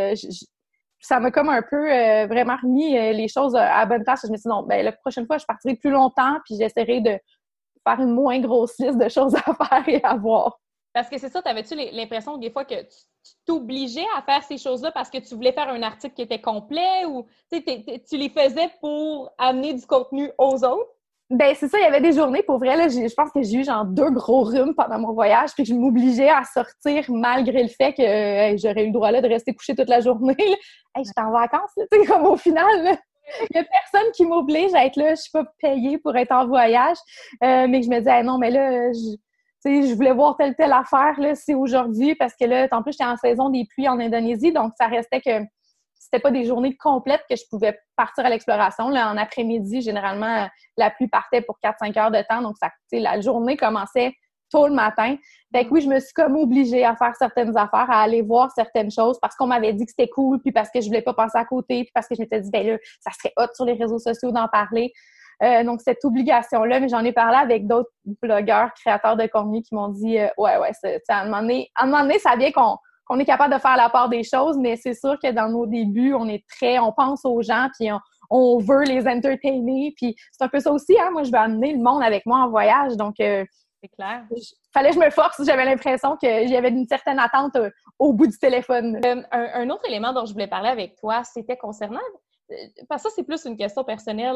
[SPEAKER 2] ça m'a comme un peu vraiment remis les choses à la bonne place. Je me suis dit, non, la prochaine fois, je partirai plus longtemps puis j'essaierai de faire une moins grosse liste de choses à faire et à voir.
[SPEAKER 3] Parce que c'est ça, t'avais-tu l'impression des fois que tu t'obligeais à faire ces choses-là parce que tu voulais faire un article qui était complet ou tu les faisais pour amener du contenu aux autres?
[SPEAKER 2] Ben c'est ça, il y avait des journées, pour vrai, là, je pense que j'ai eu genre 2 gros rhumes pendant mon voyage, puis que je m'obligeais à sortir malgré le fait que j'aurais eu le droit là de rester couchée toute la journée. Hey, j'étais en vacances, tu sais, comme au final, il n'y a personne qui m'oblige à être là, je suis pas payée pour être en voyage, mais je me disais, hey, non, mais là, je voulais voir telle affaire, là, c'est aujourd'hui, parce que là, en plus, j'étais en saison des pluies en Indonésie, donc ça restait que c'était pas des journées complètes que je pouvais partir à l'exploration. Là, en après-midi, généralement, la pluie partait pour 4-5 heures de temps. Donc, la journée commençait tôt le matin. Fait que oui, je me suis comme obligée à faire certaines affaires, à aller voir certaines choses parce qu'on m'avait dit que c'était cool, puis parce que je voulais pas passer à côté, puis parce que je m'étais dit, ben là, ça serait hot sur les réseaux sociaux d'en parler. Donc, cette obligation-là, mais j'en ai parlé avec d'autres blogueurs, créateurs de contenu qui m'ont dit à un moment donné, ça vient qu'on est capable de faire la part des choses, mais c'est sûr que dans nos débuts, on pense aux gens, puis on veut les entertainer, puis c'est un peu ça aussi, hein. Moi, je veux amener le monde avec moi en voyage, donc
[SPEAKER 3] c'est clair.
[SPEAKER 2] Fallait que je me force, j'avais l'impression qu'il y avait une certaine attente au bout du téléphone.
[SPEAKER 3] Un autre élément dont je voulais parler avec toi, c'était concernant, parce que ça, c'est plus une question personnelle,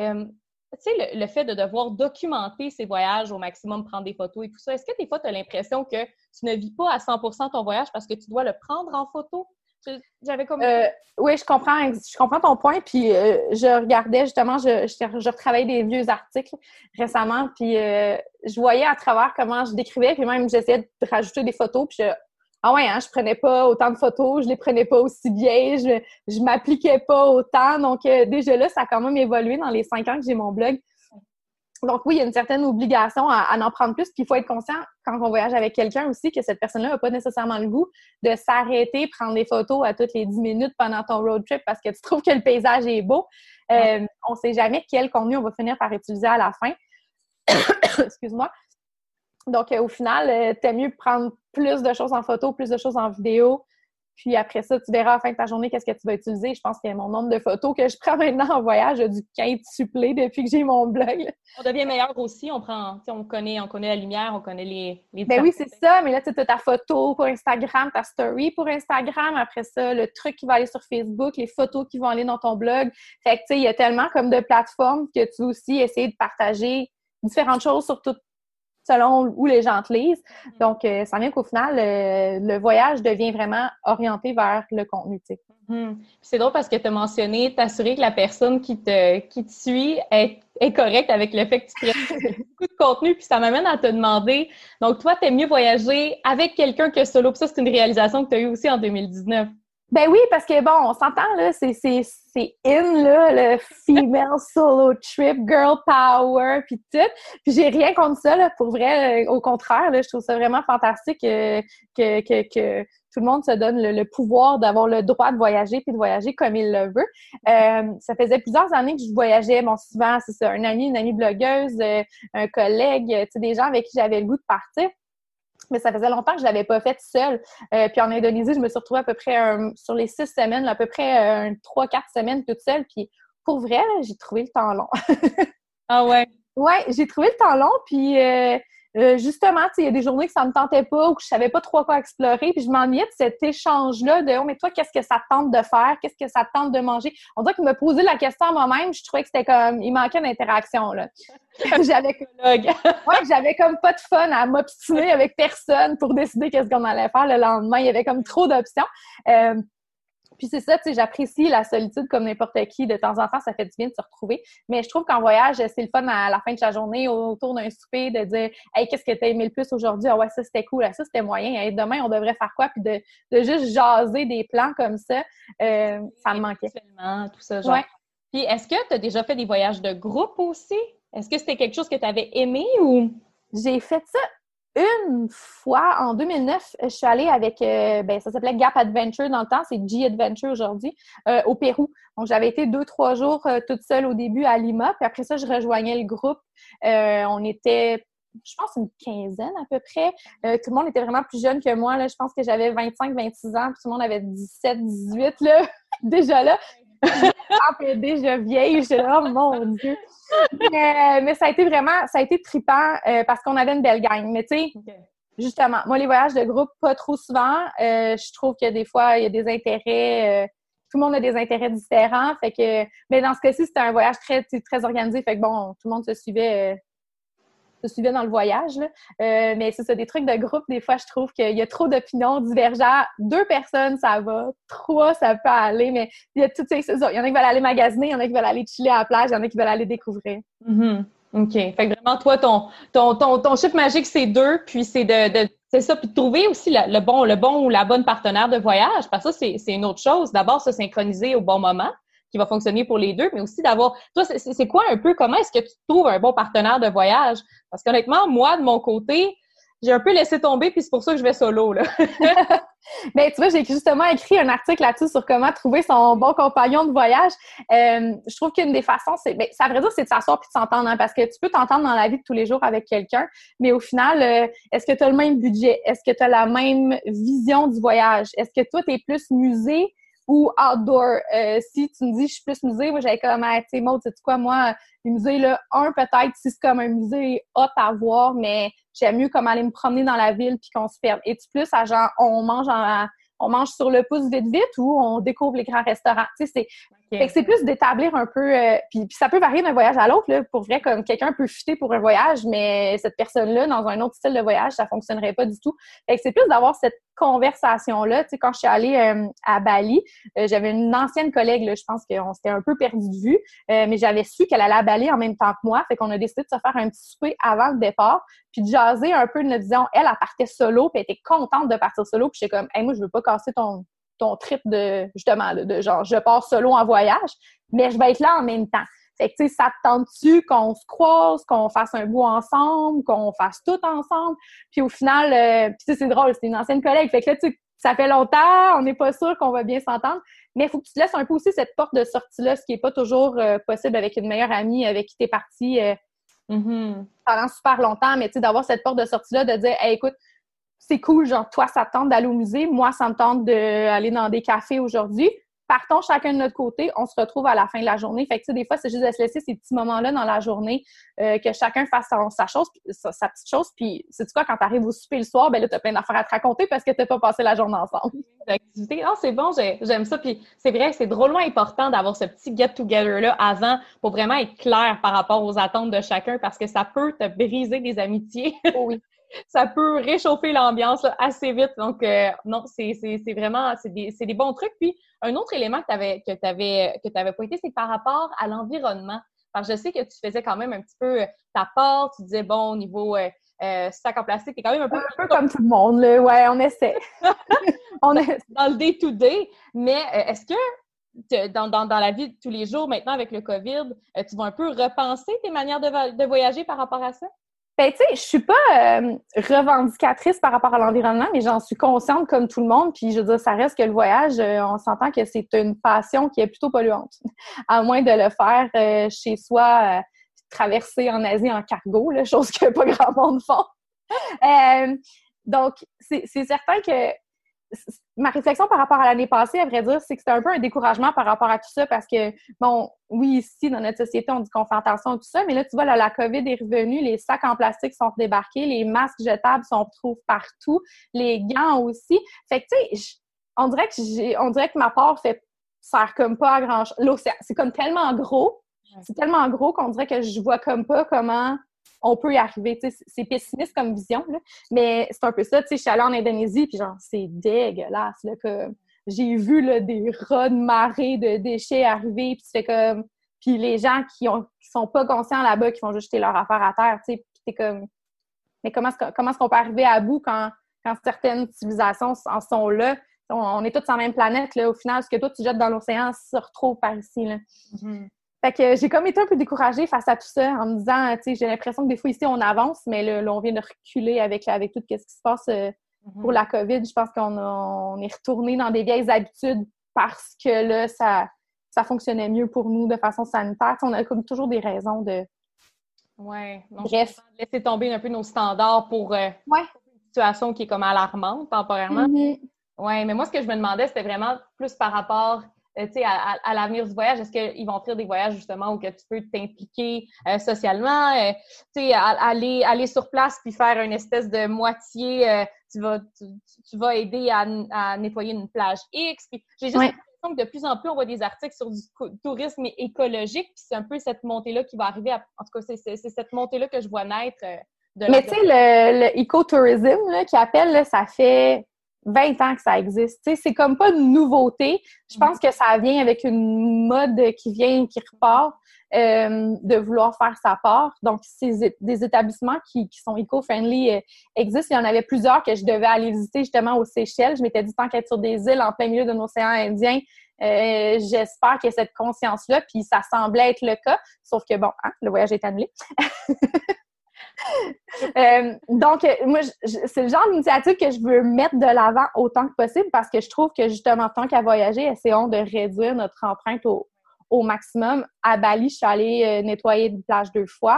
[SPEAKER 3] tu sais, le fait de devoir documenter ses voyages au maximum, prendre des photos et tout ça, est-ce que des fois, tu as l'impression que tu ne vis pas à 100% ton voyage parce que tu dois le prendre en photo? J'avais comme...
[SPEAKER 2] Oui, je comprends ton point, puis je regardais justement, je retravaillais des vieux articles récemment, puis je voyais à travers comment je décrivais, puis même j'essayais de rajouter des photos, puis je prenais pas autant de photos, je les prenais pas aussi bien, je m'appliquais pas autant, donc déjà là, ça a quand même évolué dans les 5 ans que j'ai mon blog. Donc oui, il y a une certaine obligation à en prendre plus, puis il faut être conscient quand on voyage avec quelqu'un aussi que cette personne-là n'a pas nécessairement le goût de s'arrêter, prendre des photos à toutes les 10 minutes pendant ton road trip parce que tu trouves que le paysage est beau. On sait jamais quel contenu on va finir par utiliser à la fin. Excuse-moi. Donc, au final, t'aimes mieux prendre plus de choses en photo, plus de choses en vidéo. Puis après ça, tu verras à la fin de ta journée qu'est-ce que tu vas utiliser. Je pense que mon nombre de photos que je prends maintenant en voyage a dû quintuplé depuis que j'ai mon blog.
[SPEAKER 3] On devient meilleur aussi. On connaît la lumière, on connaît les
[SPEAKER 2] Ben oui, c'est ça. Mais là, tu as ta photo pour Instagram, ta story pour Instagram. Après ça, le truc qui va aller sur Facebook, les photos qui vont aller dans ton blog. Fait que, tu sais, il y a tellement comme de plateformes que tu veux aussi essayer de partager différentes choses sur tout selon où les gens te lisent. Donc, ça vient qu'au final, le voyage devient vraiment orienté vers le contenu, tu sais.
[SPEAKER 3] C'est drôle parce que tu as mentionné t'assurer que la personne qui te suit est correcte avec le fait que tu crées beaucoup de contenu, puis ça m'amène à te demander, donc toi, t'aimes mieux voyager avec quelqu'un que solo, puis ça, c'est une réalisation que tu as eue aussi en 2019.
[SPEAKER 2] Ben oui, parce que bon, on s'entend, là, c'est in, là, le female solo trip, girl power, puis tout. Puis j'ai rien contre ça, là, pour vrai. Au contraire, là, je trouve ça vraiment fantastique que tout le monde se donne le pouvoir d'avoir le droit de voyager puis de voyager comme il le veut. Ça faisait plusieurs années que je voyageais. Bon, souvent, c'est ça, une amie blogueuse, un collègue, tu sais, des gens avec qui j'avais le goût de partir. Mais ça faisait longtemps que je l'avais pas fait seule. Puis en Indonésie, je me suis retrouvée à peu près sur les 6 semaines, là, à peu près 3-4 semaines toute seule. Puis pour vrai, là, j'ai trouvé le temps long.
[SPEAKER 3] Ah ouais?
[SPEAKER 2] Ouais, j'ai trouvé le temps long. Puis justement, tu sais, il y a des journées que ça me tentait pas ou que je savais pas trop quoi explorer. Puis je m'ennuyais de cet échange-là de « Oh, mais toi, qu'est-ce que ça te tente de faire? Qu'est-ce que ça te tente de manger? » On dirait qu'il me posait la question à moi-même. Je trouvais que c'était comme... Il manquait d'interaction, là. J'avais comme pas de fun à m'obstiner avec personne pour décider qu'est-ce qu'on allait faire le lendemain. Il y avait comme trop d'options. Puis c'est ça, tu sais, j'apprécie la solitude comme n'importe qui. De temps en temps, ça fait du bien de se retrouver. Mais je trouve qu'en voyage, c'est le fun à la fin de la journée, autour d'un souper, de dire « Hey, qu'est-ce que t'as aimé le plus aujourd'hui? Ah ouais, ça, c'était cool. Ça, c'était moyen. Hey, demain, on devrait faire quoi? » Puis de juste jaser des plans comme ça, ça me manquait.
[SPEAKER 3] Tout ça, genre.
[SPEAKER 2] Ouais.
[SPEAKER 3] Puis est-ce que tu as déjà fait des voyages de groupe aussi? Est-ce que c'était quelque chose que tu avais aimé ou...
[SPEAKER 2] J'ai fait ça une fois, en 2009, je suis allée avec, ça s'appelait Gap Adventure dans le temps, c'est G-Adventure aujourd'hui, au Pérou. Donc, j'avais été 2-3 jours toute seule au début à Lima, puis après ça, je rejoignais le groupe. On était, je pense, une quinzaine à peu près. Tout le monde était vraiment plus jeune que moi, là. Je pense que j'avais 25-26 ans, puis tout le monde avait 17-18, là, déjà là. Déjà vieille, j'étais là, oh mon Dieu! Mais ça a été trippant parce qu'on avait une belle gang. Mais tu sais, justement, moi, les voyages de groupe, pas trop souvent. Je trouve que des fois, il y a des intérêts, tout le monde a des intérêts différents. Fait que, mais dans ce cas-ci, c'était un voyage très, très organisé. Fait que bon, tout le monde se suivait dans le voyage, là. Mais c'est ça, des trucs de groupe, des fois, je trouve qu'il y a trop d'opinions divergentes. 2 personnes, ça va. 3, ça peut aller, mais il y a tout ça. Il y en a qui veulent aller magasiner, il y en a qui veulent aller chiller à la plage, il y en a qui veulent aller découvrir.
[SPEAKER 3] Mm-hmm. OK. Fait que vraiment, toi, ton chiffre magique, c'est 2, puis c'est c'est ça, puis de trouver aussi le bon ou la bonne partenaire de voyage, parce que ça, c'est une autre chose. D'abord, se synchroniser au bon moment, qui va fonctionner pour les deux, mais aussi d'avoir... Toi, c'est quoi un peu, comment est-ce que tu trouves un bon partenaire de voyage? Parce qu'honnêtement, moi, de mon côté, j'ai un peu laissé tomber, puis c'est pour ça que je vais solo, là.
[SPEAKER 2] Ben, tu vois, j'ai justement écrit un article là-dessus sur comment trouver son bon compagnon de voyage. Je trouve qu'une des façons, ça, à vrai dire, c'est de s'asseoir puis de s'entendre, hein, parce que tu peux t'entendre dans la vie de tous les jours avec quelqu'un, mais au final, est-ce que tu as le même budget? Est-ce que tu as la même vision du voyage? Est-ce que toi, tu es plus musée ou outdoor? Si tu me dis, je suis plus musée, moi, j'avais comme, tu sais, Maud, sais-tu quoi, moi, les musées, là, peut-être, si c'est comme un musée hot à voir, mais j'aime mieux comme aller me promener dans la ville puis qu'on se perde. Es-tu plus à genre, on mange sur le pouce vite ou on découvre les grands restaurants? Tu sais, fait que c'est plus d'établir un peu... puis ça peut varier d'un voyage à l'autre, là. Pour vrai, comme quelqu'un peut fitter pour un voyage, mais cette personne-là, dans un autre style de voyage, ça fonctionnerait pas du tout. Fait que c'est plus d'avoir cette conversation-là. Tu sais, quand je suis allée à Bali, j'avais une ancienne collègue, là, je pense qu'on s'était un peu perdu de vue, mais j'avais su qu'elle allait à Bali en même temps que moi. Fait qu'on a décidé de se faire un petit souper avant le départ, puis de jaser un peu de notre vision. Elle partait solo, puis elle était contente de partir solo, puis j'étais comme, hey, moi, je veux pas casser ton trip de, justement, de genre, je pars solo en voyage, mais je vais être là en même temps. Fait que, tu sais, ça te tente-tu qu'on se croise, qu'on fasse un bout ensemble, qu'on fasse tout ensemble? Puis au final, puis tu sais, c'est drôle, c'est une ancienne collègue. Fait que là, tu sais, ça fait longtemps, on n'est pas sûr qu'on va bien s'entendre, mais il faut que tu te laisses un peu aussi cette porte de sortie-là, ce qui n'est pas toujours possible avec une meilleure amie avec qui tu es partie pendant super longtemps, mais tu sais, d'avoir cette porte de sortie-là, de dire, hey, écoute, c'est cool, genre, toi, ça te tente d'aller au musée, moi, ça me tente d'aller dans des cafés aujourd'hui. Partons chacun de notre côté, on se retrouve à la fin de la journée. Fait que, tu sais, des fois, c'est juste de se laisser ces petits moments-là dans la journée, que chacun fasse sa chose, sa petite chose. Puis, sais-tu quoi, quand t'arrives au souper le soir, ben là, t'as plein d'affaires à te raconter parce que t'as pas passé la journée ensemble.
[SPEAKER 3] L'activité, non, c'est bon, j'aime ça. Puis, c'est vrai, c'est drôlement important d'avoir ce petit get-together-là avant pour vraiment être clair par rapport aux attentes de chacun parce que ça peut te briser des amitiés.
[SPEAKER 2] Oh oui.
[SPEAKER 3] Ça peut réchauffer l'ambiance là, assez vite. Donc, non, c'est vraiment, c'est des bons trucs. Puis, un autre élément que t'avais pointé, c'est par rapport à l'environnement. Parce que je sais que tu faisais quand même un petit peu ta part. Tu disais, bon, au niveau sac en plastique, t'es quand même un peu
[SPEAKER 2] comme tout le monde, là. Ouais, on essaie.
[SPEAKER 3] On est dans le day-to-day. Mais est-ce que dans la vie de tous les jours, maintenant, avec le COVID, tu vas un peu repenser tes manières de voyager par rapport à ça?
[SPEAKER 2] Ben, tu sais, je suis pas revendicatrice par rapport à l'environnement, mais j'en suis consciente comme tout le monde. Puis, je veux dire, ça reste que le voyage, on s'entend que c'est une passion qui est plutôt polluante. À moins de le faire chez soi, traverser en Asie en cargo, là, chose que pas grand monde font. Donc, c'est certain que ma réflexion par rapport à l'année passée, à vrai dire, c'est que c'était un peu un découragement par rapport à tout ça parce que, bon, oui, ici, dans notre société, on dit qu'on fait attention à tout ça, mais là, tu vois, là, la COVID est revenue, les sacs en plastique sont débarqués, les masques jetables sont retrouvent partout, les gants aussi. Fait que, tu sais, on dirait que ma part sert comme pas à grand-chose. L'océan, c'est comme tellement gros, c'est tellement gros qu'on dirait que je vois comme pas comment on peut y arriver. Tu sais, c'est pessimiste comme vision, là. Mais c'est un peu ça. Tu sais, je suis allée en Indonésie, puis genre, c'est dégueulasse, là, que j'ai vu, là, des rats de marée de déchets arriver, puis c'est comme... Puis les gens qui sont pas conscients là-bas, qui font juste jeter leur affaire à terre, tu sais, puis t'es comme... Mais comment est-ce qu'on peut arriver à bout quand certaines civilisations en sont là? On est tous sur la même planète, là. Au final, ce que toi, tu jettes dans l'océan se retrouve par ici, là. Mm-hmm. Fait que j'ai comme été un peu découragée face à tout ça en me disant, tu sais, j'ai l'impression que des fois ici, on avance, mais là on vient de reculer avec tout ce qui se passe pour la COVID. Je pense qu'on est retourné dans des vieilles habitudes parce que là, ça fonctionnait mieux pour nous de façon sanitaire. T'sais, on a comme toujours des raisons de...
[SPEAKER 3] Oui. Bref. Laisser tomber un peu nos standards pour une situation qui est comme alarmante temporairement. Mm-hmm. Oui, mais moi, ce que je me demandais, c'était vraiment plus par rapport... tu sais, à l'avenir du voyage, est-ce qu'ils vont offrir des voyages justement où que tu peux t'impliquer socialement, tu sais, aller sur place puis faire une espèce de moitié, tu vas aider à nettoyer une plage X. Puis j'ai juste l'impression que de plus en plus, on voit des articles sur du tourisme écologique, puis c'est un peu cette montée-là qui va arriver. En tout cas, c'est cette montée-là que je vois naître.
[SPEAKER 2] Mais tu sais, le écotourisme là, qui appelle, là, ça fait 20 ans que ça existe. Tu sais, c'est comme pas une nouveauté. Je pense que ça vient avec une mode qui repart de vouloir faire sa part. Donc, des établissements qui sont éco-friendly existent. Il y en avait plusieurs que je devais aller visiter justement aux Seychelles. Je m'étais dit, tant qu'être sur des îles en plein milieu d'un océan Indien, j'espère qu'il y a cette conscience-là. Puis ça semblait être le cas. Sauf que, bon, le voyage est annulé. Donc, moi, c'est le genre d'initiative que je veux mettre de l'avant autant que possible parce que je trouve que, justement, tant qu'à voyager, essayons de réduire notre empreinte au maximum. À Bali, je suis allée nettoyer une plage 2 fois.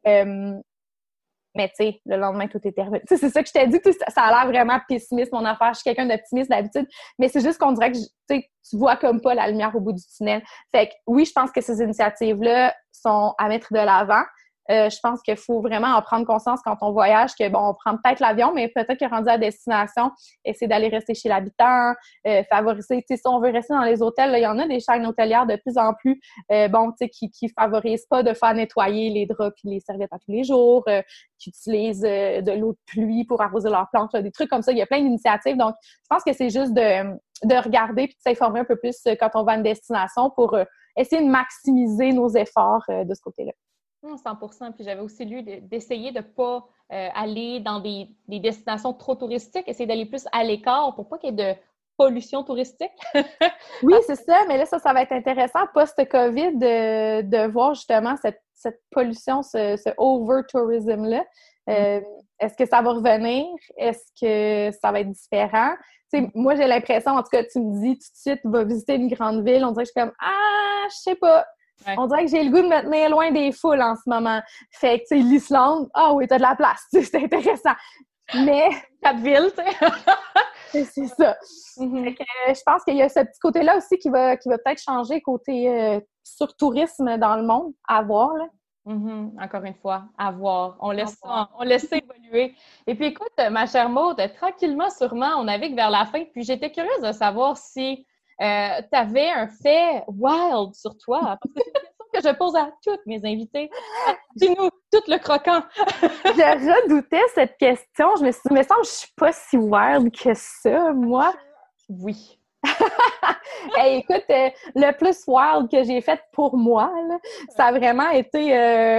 [SPEAKER 2] Mais tu sais, le lendemain, tout est terminé. C'est ça que je t'ai dit, ça a l'air vraiment pessimiste, mon affaire. Je suis quelqu'un d'optimiste d'habitude, mais c'est juste qu'on dirait que tu vois comme pas la lumière au bout du tunnel. Fait que oui, je pense que ces initiatives-là sont à mettre de l'avant. Je pense qu'il faut vraiment en prendre conscience quand on voyage, que bon, on prend peut-être l'avion, mais peut-être que rendu à destination, essayer d'aller rester chez l'habitant, favoriser, tu sais, si on veut rester dans les hôtels, là, il y en a des chaînes hôtelières de plus en plus, bon, tu sais, qui favorisent pas de faire nettoyer les draps et les serviettes à tous les jours, qui utilisent de l'eau de pluie pour arroser leurs plantes, là, des trucs comme ça. Il y a plein d'initiatives. Donc, je pense que c'est juste de regarder puis de s'informer un peu plus quand on va à une destination pour essayer de maximiser nos efforts de ce côté-là.
[SPEAKER 3] 100%. Puis j'avais aussi lu d'essayer de ne pas aller dans des destinations trop touristiques, essayer d'aller plus à l'écart pour pas qu'il y ait de pollution touristique.
[SPEAKER 2] Oui, c'est ça. Mais là, ça va être intéressant post-COVID de voir justement cette pollution, ce over-tourism-là. Est-ce que ça va revenir? Est-ce que ça va être différent? Tu sais, moi, j'ai l'impression, en tout cas, tu me dis tout de suite, va visiter une grande ville. On dirait que je suis comme, je sais pas. Ouais. On dirait que j'ai le goût de me tenir loin des foules en ce moment. Fait que, tu sais, l'Islande, oui, t'as de la place. C'est intéressant. Mais...
[SPEAKER 3] Quatre villes, tu sais.
[SPEAKER 2] C'est ça. Mm-hmm. Fait que, je pense qu'il y a ce petit côté-là aussi qui va peut-être changer côté sur-tourisme dans le monde, à voir, là.
[SPEAKER 3] Mm-hmm. Encore une fois, à voir. On laisse ça évoluer. Et puis, écoute, ma chère Maude, tranquillement, sûrement, on navigue vers la fin. Puis, j'étais curieuse de savoir si tu avais un fait wild sur toi. Parce que c'est une question que je pose à toutes mes invités. Dis-nous tout le croquant.
[SPEAKER 2] Je redoutais cette question. Je me suis dit, il me semble que je suis pas si wild que ça, moi.
[SPEAKER 3] Oui.
[SPEAKER 2] Hey, écoute, le plus wild que j'ai fait pour moi, là, ça a vraiment été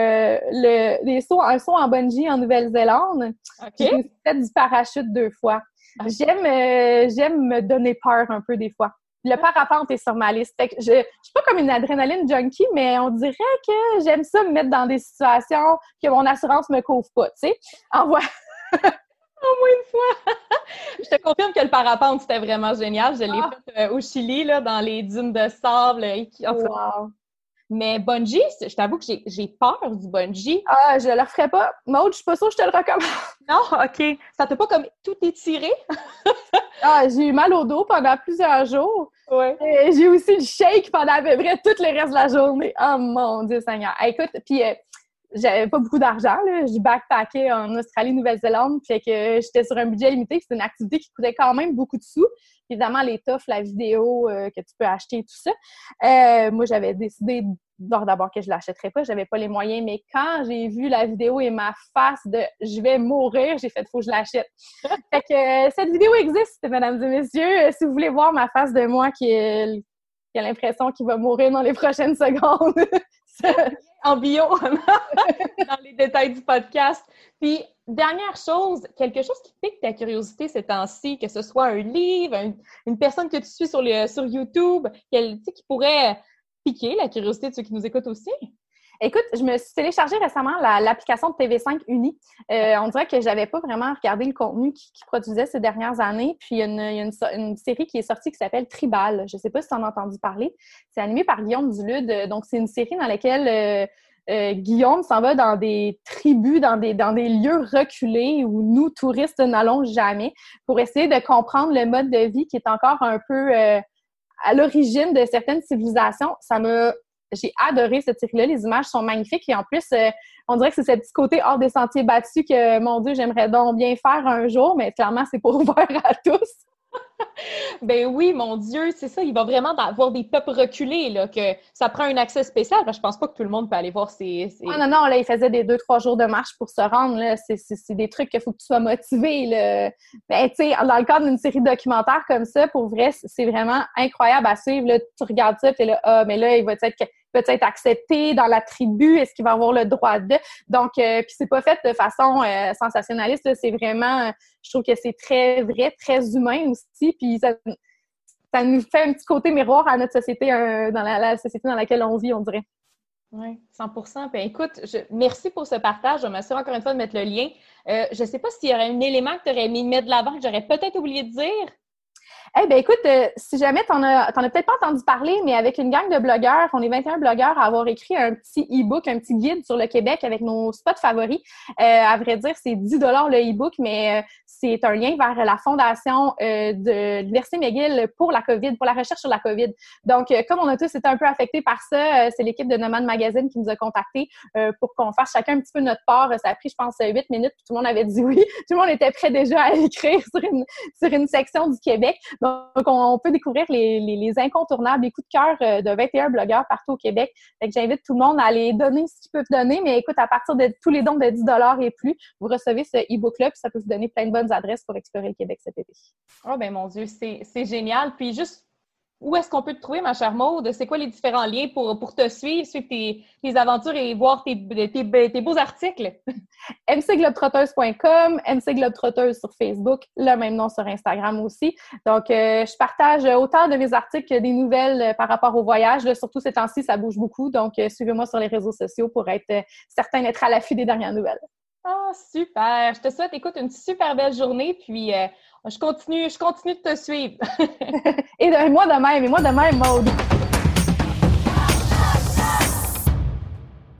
[SPEAKER 2] un saut en bungee en Nouvelle-Zélande.
[SPEAKER 3] Okay.
[SPEAKER 2] J'ai fait du parachute 2 fois. Okay. J'aime me donner peur un peu des fois. Le parapente est sur ma liste. Fait que je suis pas comme une adrénaline junkie, mais on dirait que j'aime ça me mettre dans des situations que mon assurance me couvre pas, tu sais. Au moins
[SPEAKER 3] une fois! Je te confirme que le parapente, c'était vraiment génial. Je l'ai fait au Chili, là, dans les dunes de sable.
[SPEAKER 2] Wow!
[SPEAKER 3] Mais bungee, je t'avoue que j'ai peur du bungee.
[SPEAKER 2] Je le referais pas. Maude, je suis pas sûre que je te le recommande.
[SPEAKER 3] Non? OK. Ça t'a pas comme tout étiré?
[SPEAKER 2] J'ai eu mal au dos pendant plusieurs jours.
[SPEAKER 3] Ouais.
[SPEAKER 2] J'ai aussi le shake pendant à peu près tout le reste de la journée. Oh mon Dieu Seigneur! Écoute, puis j'avais pas beaucoup d'argent, là. Je backpackais en Australie, Nouvelle-Zélande, fait que j'étais sur un budget limité. C'est une activité qui coûtait quand même beaucoup de sous. Évidemment, les toughs, la vidéo que tu peux acheter et tout ça. Moi, j'avais décidé d'abord que je l'achèterais pas. J'avais pas les moyens, mais quand j'ai vu la vidéo et ma face de « je vais mourir », j'ai fait « faut que je l'achète ». Fait que cette vidéo existe, mesdames et messieurs. Si vous voulez voir ma face de moi qui a l'impression qu'il va mourir dans les prochaines secondes.
[SPEAKER 3] En bio, dans les détails du podcast. Puis, dernière chose, quelque chose qui pique ta curiosité ces temps-ci, que ce soit un livre, une personne que tu suis sur YouTube, qui pourrait piquer la curiosité de ceux qui nous écoutent aussi?
[SPEAKER 2] Écoute, je me suis téléchargé récemment l'application de TV5 Uni. On dirait que j'avais pas vraiment regardé le contenu qu'ils produisaient ces dernières années. Puis, il y a une série qui est sortie qui s'appelle Tribal. Je sais pas si tu en as entendu parler. C'est animé par Guillaume Dulude. Donc, c'est une série dans laquelle Guillaume s'en va dans des tribus, dans des lieux reculés où nous, touristes, n'allons jamais pour essayer de comprendre le mode de vie qui est encore un peu à l'origine de certaines civilisations. J'ai adoré cette série-là. Les images sont magnifiques. Et en plus, on dirait que c'est ce petit côté hors des sentiers battus que, mon Dieu, j'aimerais donc bien faire un jour, mais clairement, c'est pas ouvert à tous.
[SPEAKER 3] Ben oui, mon Dieu, c'est ça. Il va vraiment avoir des peuples reculés, là, que ça prend un accès spécial. Je pense pas que tout le monde peut aller voir ces...
[SPEAKER 2] Non, là, il faisait des 2-3 jours de marche pour se rendre, là. C'est des trucs qu'il faut que tu sois motivé, là. Ben, tu sais, dans le cadre d'une série documentaire comme ça, pour vrai, c'est vraiment incroyable à suivre, là. Tu regardes ça, t'es là, mais là, il va peut-être accepté dans la tribu, est-ce qu'il va avoir le droit de... Donc, puis c'est pas fait de façon sensationnaliste, là. C'est vraiment... je trouve que c'est très vrai, très humain aussi, puis ça nous fait un petit côté miroir à notre société, dans la société dans laquelle on vit, on dirait.
[SPEAKER 3] Oui, 100%. Puis écoute, merci pour ce partage. Je m'assure encore une fois de mettre le lien. Je ne sais pas s'il y aurait un élément que tu aurais aimé mettre de l'avant que j'aurais peut-être oublié de dire.
[SPEAKER 2] Eh bien, écoute, si jamais t'en as peut-être pas entendu parler, mais avec une gang de blogueurs, on est 21 blogueurs à avoir écrit un petit e-book, un petit guide sur le Québec avec nos spots favoris. À vrai dire, c'est 10 $ le e-book, mais c'est un lien vers la fondation de l'Université McGill pour la COVID, pour la recherche sur la COVID. Donc, comme on a tous été un peu affectés par ça, c'est l'équipe de Nomad Magazine qui nous a contactés pour qu'on fasse chacun un petit peu notre part. Ça a pris, je pense, 8 minutes, puis tout le monde avait dit oui. Tout le monde était prêt déjà à écrire sur une section du Québec. Donc, on peut découvrir les incontournables, les coups de cœur de 21 blogueurs partout au Québec. Fait que j'invite tout le monde à aller donner ce qu'ils peuvent donner. Mais écoute, à partir de tous les dons de 10 $ et plus, vous recevez ce e-book-là, puis ça peut vous donner plein de bonnes adresses pour explorer le Québec cet été.
[SPEAKER 3] Oh, ben mon Dieu, c'est génial. Puis juste, où est-ce qu'on peut te trouver, ma chère Maude? C'est quoi les différents liens pour te suivre tes aventures et voir tes beaux articles?
[SPEAKER 2] mcglobetrotteuse.com, mcglobetrotteuse sur Facebook, le même nom sur Instagram aussi. Donc, je partage autant de mes articles que des nouvelles par rapport au voyage. Là, surtout ces temps-ci, ça bouge beaucoup. Donc, suivez-moi sur les réseaux sociaux pour être certain d'être à l'affût des dernières nouvelles.
[SPEAKER 3] Ah, super! Je te souhaite, écoute, une super belle journée, puis je continue de te suivre.
[SPEAKER 2] Et moi de même, Maude.